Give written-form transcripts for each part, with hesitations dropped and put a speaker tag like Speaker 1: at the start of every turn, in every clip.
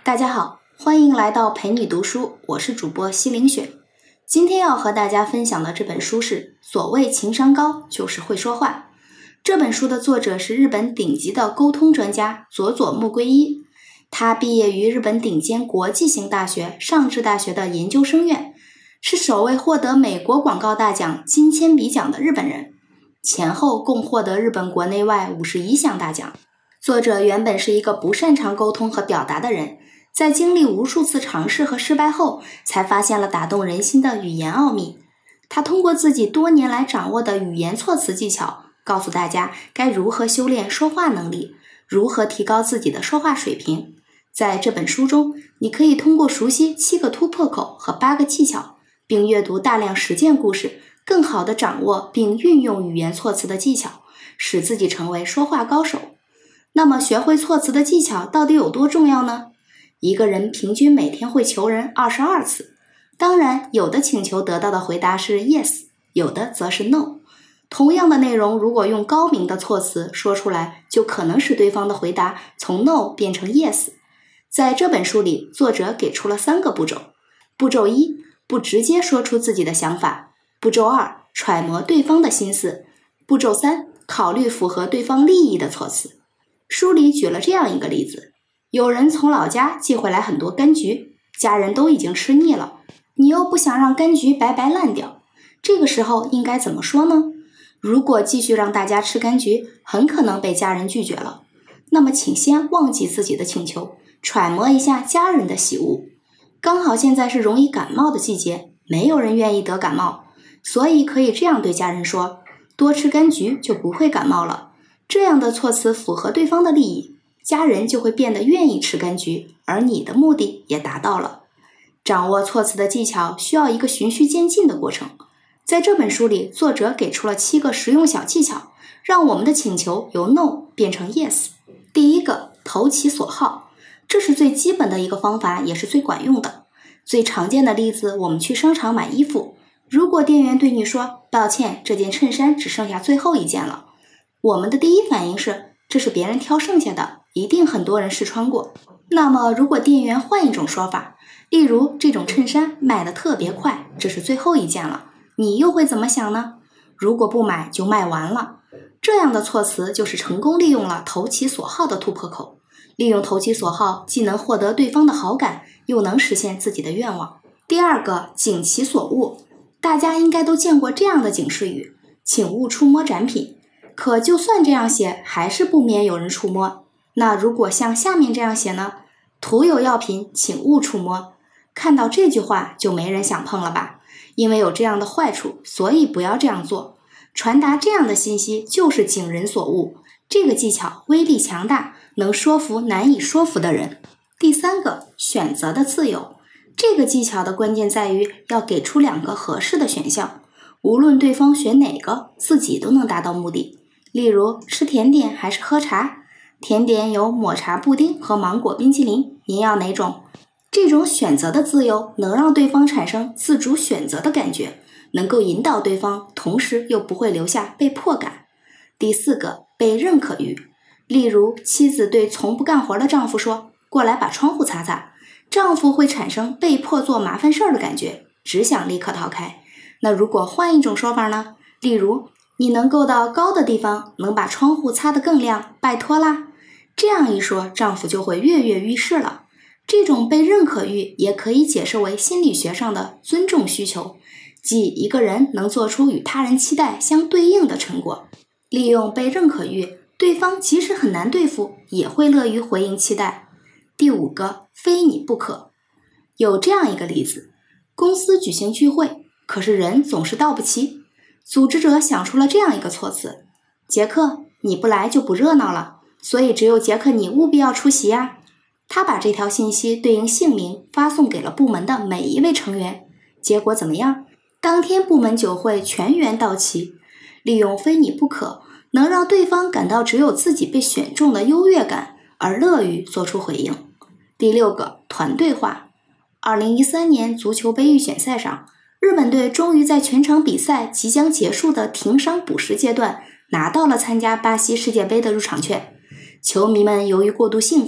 Speaker 1: 大家好，欢迎来到陪你读书，我是主播西凌雪。今天要和大家分享的这本书是所谓情商高就是会说话。这本书的作者是日本顶级的沟通专家佐佐木圭一，他毕业于日本顶尖国际型大学上智大学的研究生院，是首位获得美国广告大奖金铅笔奖的日本人，前后共获得日本国内外51项大奖。作者原本是一个不擅长沟通和表达的人，在经历无数次尝试和失败后，才发现了打动人心的语言奥秘。他通过自己多年来掌握的语言措辞技巧，告诉大家该如何修炼说话能力，如何提高自己的说话水平。在这本书中，你可以通过熟悉7个突破口和8个技巧，并阅读大量实践故事，更好地掌握并运用语言措辞的技巧，使自己成为说话高手。那么学会措辞的技巧到底有多重要呢？一个人平均每天会求人22次，当然有的请求得到的回答是 yes， 有的则是 no。 同样的内容如果用高明的措辞说出来，就可能使对方的回答从 no 变成 yes。 在这本书里，作者给出了3个步骤。步骤1，不直接说出自己的想法。步骤2，揣摩对方的心思。步骤3，考虑符合对方利益的措辞。书里举了这样一个例子，有人从老家寄回来很多柑橘，家人都已经吃腻了，你又不想让柑橘白白烂掉，这个时候应该怎么说呢？如果继续让大家吃柑橘，很可能被家人拒绝了。那么请先忘记自己的请求，揣摩一下家人的喜恶。刚好现在是容易感冒的季节，没有人愿意得感冒，所以可以这样对家人说，多吃柑橘就不会感冒了。这样的措辞符合对方的利益，家人就会变得愿意吃柑橘，而你的目的也达到了。掌握措辞的技巧需要一个循序渐进的过程。在这本书里，作者给出了7个实用小技巧，让我们的请求由 no 变成 yes。 第一个，投其所好，这是最基本的一个方法，也是最管用的。最常见的例子，我们去商场买衣服，如果店员对你说，抱歉，这件衬衫只剩下最后一件了，我们的第一反应是，这是别人挑剩下的，一定很多人试穿过。那么如果店员换一种说法，例如这种衬衫卖得特别快，这是最后一件了，你又会怎么想呢？如果不买就卖完了。这样的措辞就是成功利用了投其所好的突破口。利用投其所好，既能获得对方的好感，又能实现自己的愿望。第二个，警其所恶，大家应该都见过这样的警示语，请勿触摸展品。可就算这样写，还是不免有人触摸。那如果像下面这样写呢？徒有药品，请勿触摸。看到这句话就没人想碰了吧？因为有这样的坏处，所以不要这样做。传达这样的信息就是警人所恶，这个技巧威力强大，能说服难以说服的人。第3个，选择的自由，这个技巧的关键在于要给出2个合适的选项，无论对方选哪个，自己都能达到目的。例如，吃甜点还是喝茶？甜点有抹茶布丁和芒果冰淇淋，您要哪种？这种选择的自由能让对方产生自主选择的感觉，能够引导对方，同时又不会留下被迫感。第4个，被认可欲。例如，妻子对从不干活的丈夫说，过来把窗户擦擦，丈夫会产生被迫做麻烦事儿的感觉，只想立刻逃开。那如果换一种说法呢？例如，你能够到高的地方，能把窗户擦得更亮，拜托啦。这样一说，丈夫就会跃跃欲试了。这种被认可欲也可以解释为心理学上的尊重需求，即一个人能做出与他人期待相对应的成果。利用被认可欲，对方即使很难对付，也会乐于回应期待。第5个，非你不可。有这样一个例子，公司举行聚会，可是人总是到不齐。组织者想出了这样一个措辞，杰克，你不来就不热闹了，所以只有杰克你务必要出席啊。他把这条信息对应姓名发送给了部门的每一位成员，结果怎么样？当天部门酒会全员到齐。利用非你不可，能让对方感到只有自己被选中的优越感，而乐于做出回应。第6个，团队化。2013年足球杯预选赛上，日本队终于在全场比赛即将结束的停伤补时阶段拿到了参加巴西世界杯的入场券。球迷们由于过度兴奋，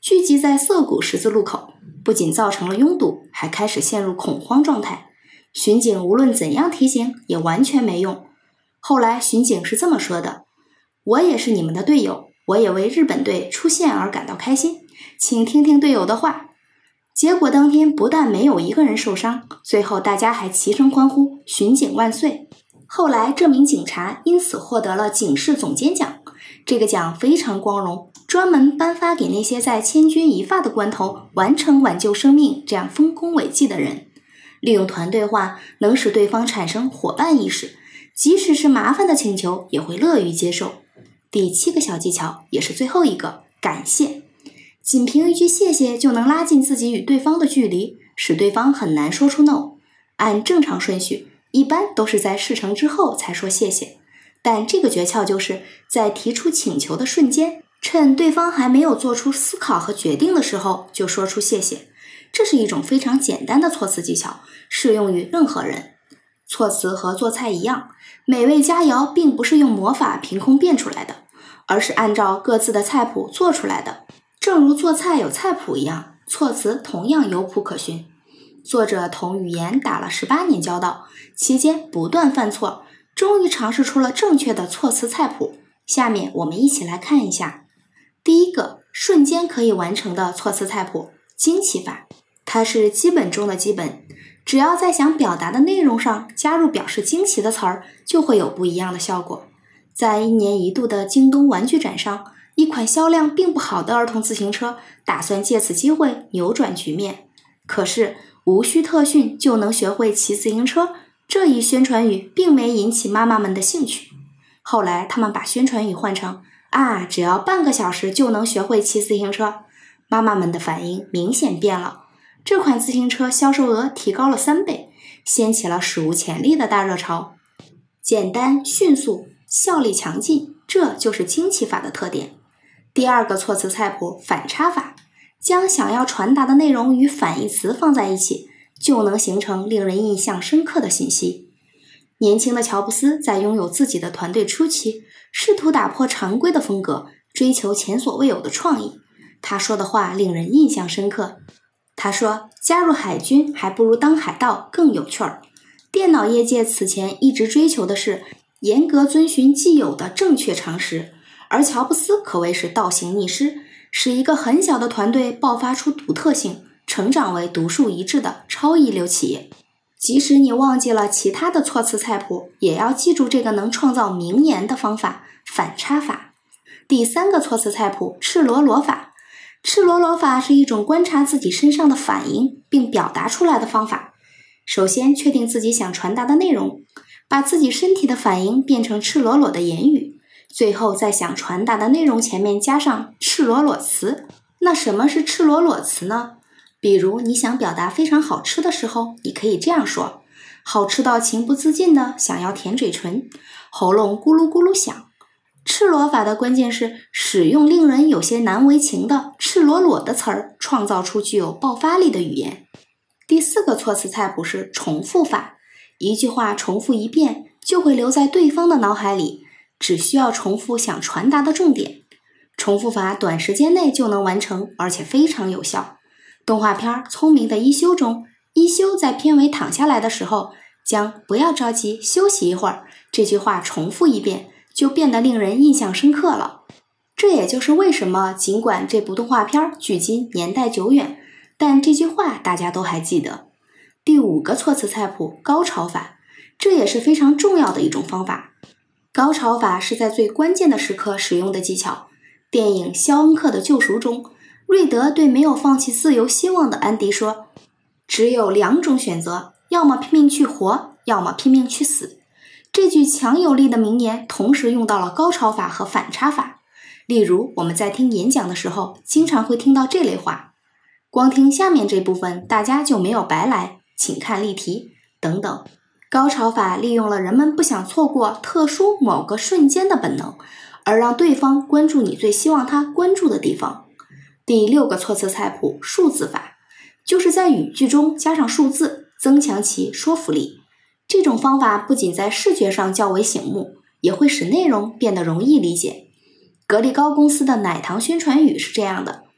Speaker 1: 聚集在涩谷十字路口，不仅造成了拥堵，还开始陷入恐慌状态。巡警无论怎样提醒也完全没用。后来巡警是这么说的：我也是你们的队友，我也为日本队出现而感到开心，请听听队友的话。结果当天不但没有一个人受伤，最后大家还齐声欢呼巡警万岁。后来这名警察因此获得了警视总监奖，这个奖非常光荣，专门颁发给那些在千钧一发的关头完成挽救生命这样丰功伟绩的人。利用团队化能使对方产生伙伴意识，即使是麻烦的请求也会乐于接受。第7个小技巧也是最后一个，感谢。仅凭一句谢谢就能拉近自己与对方的距离，使对方很难说出 no。 按正常顺序一般都是在事成之后才说谢谢，但这个诀窍就是在提出请求的瞬间，趁对方还没有做出思考和决定的时候就说出谢谢。这是一种非常简单的措辞技巧，适用于任何人。措辞和做菜一样，美味佳肴并不是用魔法凭空变出来的，而是按照各自的菜谱做出来的。正如做菜有菜谱一样，措辞同样有谱可循。作者同语言打了18年交道，期间不断犯错，终于尝试出了正确的措辞菜谱。下面我们一起来看一下。第一个，瞬间可以完成的措辞菜谱，惊奇法。它是基本中的基本，只要在想表达的内容上加入表示惊奇的词儿，就会有不一样的效果。在1年1度的京东玩具展上，一款销量并不好的儿童自行车打算借此机会扭转局面。可是无需特训就能学会骑自行车，这一宣传语并没引起妈妈们的兴趣。后来他们把宣传语换成只要半个小时就能学会骑自行车，妈妈们的反应明显变了。这款自行车销售额提高了3倍，掀起了史无前例的大热潮。简单、迅速、效力强劲，这就是惊奇法的特点。第二个措辞菜谱，反差法，将想要传达的内容与反义词放在一起，就能形成令人印象深刻的信息。年轻的乔布斯在拥有自己的团队初期，试图打破常规的风格，追求前所未有的创意。他说的话令人印象深刻。他说，加入海军还不如当海盗更有趣儿。电脑业界此前一直追求的是严格遵循既有的正确常识，而乔布斯可谓是倒行逆施，使一个很小的团队爆发出独特性，成长为独树一帜的超一流企业。即使你忘记了其他的措辞菜谱，也要记住这个能创造名言的方法，反差法。第3个措辞菜谱，赤裸裸法。赤裸裸法是一种观察自己身上的反应并表达出来的方法。首先确定自己想传达的内容，把自己身体的反应变成赤裸裸的言语，最后在想传达的内容前面加上赤裸裸词。那什么是赤裸裸词呢？比如你想表达非常好吃的时候，你可以这样说：好吃到情不自禁的想要舔嘴唇，喉咙咕噜咕噜响。赤裸法的关键是使用令人有些难为情的赤裸裸的词儿，创造出具有爆发力的语言。第4个措辞菜谱是重复法。一句话重复一遍就会留在对方的脑海里，只需要重复想传达的重点。重复法短时间内就能完成，而且非常有效。动画片《聪明的一休》中，一休在片尾躺下来的时候，将不要着急，休息一会儿这句话重复一遍，就变得令人印象深刻了。这也就是为什么尽管这部动画片距今年代久远，但这句话大家都还记得。第5个措辞菜谱，高潮法，这也是非常重要的一种方法。高潮法是在最关键的时刻使用的技巧。电影《肖恩克的救赎》中，瑞德对没有放弃自由希望的安迪说，只有2种选择，要么拼命去活，要么拼命去死。这句强有力的名言同时用到了高潮法和反差法。例如我们在听演讲的时候，经常会听到这类话：光听下面这部分大家就没有白来，请看例题等等。高潮法利用了人们不想错过特殊某个瞬间的本能，而让对方关注你最希望他关注的地方。第6个措辞菜谱，数字法，就是在语句中加上数字，增强其说服力。这种方法不仅在视觉上较为醒目，也会使内容变得容易理解。格力高公司的奶糖宣传语是这样的：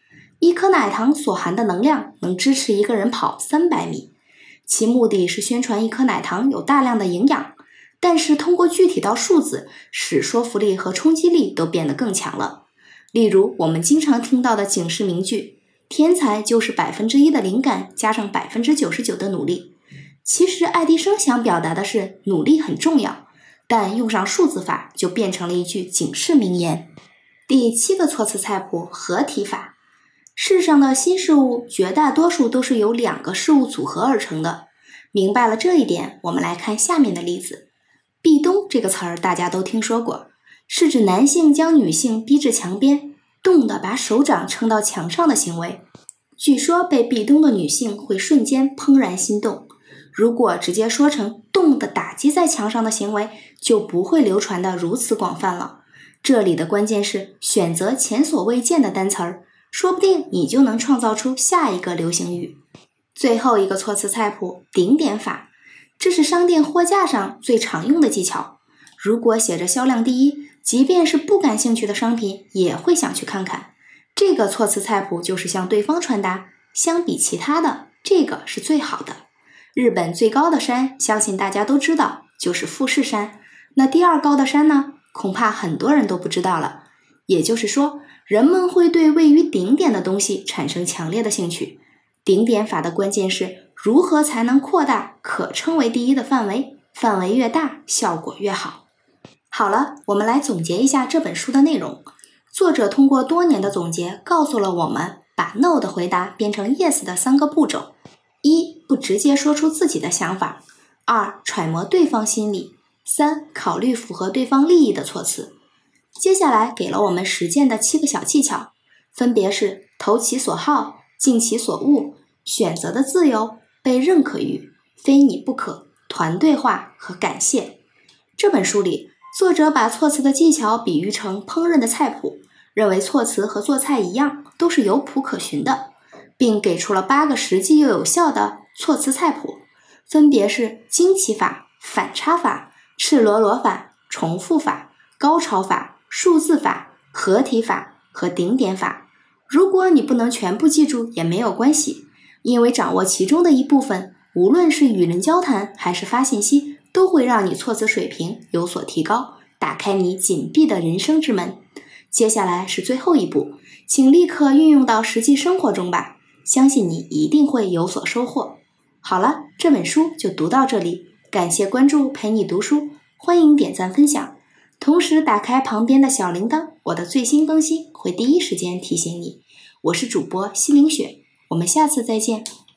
Speaker 1: 一颗奶糖所含的能量能支持一个人跑300米。其目的是宣传一颗奶糖有大量的营养，但是通过具体到数字，使说服力和冲击力都变得更强了。例如我们经常听到的警示名句，天才就是1%的灵感加上99%的努力。其实爱迪生想表达的是努力很重要，但用上数字法就变成了一句警示名言。第7个措辞菜谱，合体法。世上的新事物绝大多数都是由2个事物组合而成的。明白了这一点，我们来看下面的例子。壁咚这个词儿大家都听说过，是指男性将女性逼至墙边，动地把手掌撑到墙上的行为。据说被壁咚的女性会瞬间怦然心动。如果直接说成动地打击在墙上的行为，就不会流传得如此广泛了。这里的关键是选择前所未见的单词儿，说不定你就能创造出下一个流行语。最后一个措辞菜谱，顶点法。这是商店货架上最常用的技巧。如果写着销量第一，即便是不感兴趣的商品也会想去看看。这个措辞菜谱就是向对方传达，相比其他的，这个是最好的。日本最高的山，相信大家都知道，就是富士山。那第2高的山呢？恐怕很多人都不知道了。也就是说，人们会对位于顶点的东西产生强烈的兴趣。顶点法的关键是如何才能扩大可称为第一的范围，范围越大，效果越好。好了，我们来总结一下这本书的内容。作者通过多年的总结，告诉了我们把 no 的回答变成 yes 的3个步骤。1. 不直接说出自己的想法。2. 揣摩对方心理。3. 考虑符合对方利益的措辞。接下来给了我们实践的7个小技巧，分别是投其所好、尽其所恶、选择的自由、被认可于、非你不可、团队化和感谢。这本书里，作者把措辞的技巧比喻成烹饪的菜谱，认为措辞和做菜一样，都是有谱可循的，并给出了8个实际又有效的措辞菜谱，分别是惊奇法、反差法、赤裸裸法、重复法、高潮法、数字法、合体法和顶点法。如果你不能全部记住也没有关系，因为掌握其中的一部分，无论是与人交谈还是发信息，都会让你措辞水平有所提高，打开你紧闭的人生之门。接下来是最后一步，请立刻运用到实际生活中吧，相信你一定会有所收获。好了，这本书就读到这里，感谢关注陪你读书，欢迎点赞分享，同时打开旁边的小铃铛，我的最新更新会第一时间提醒你。我是主播西凌雪，我们下次再见。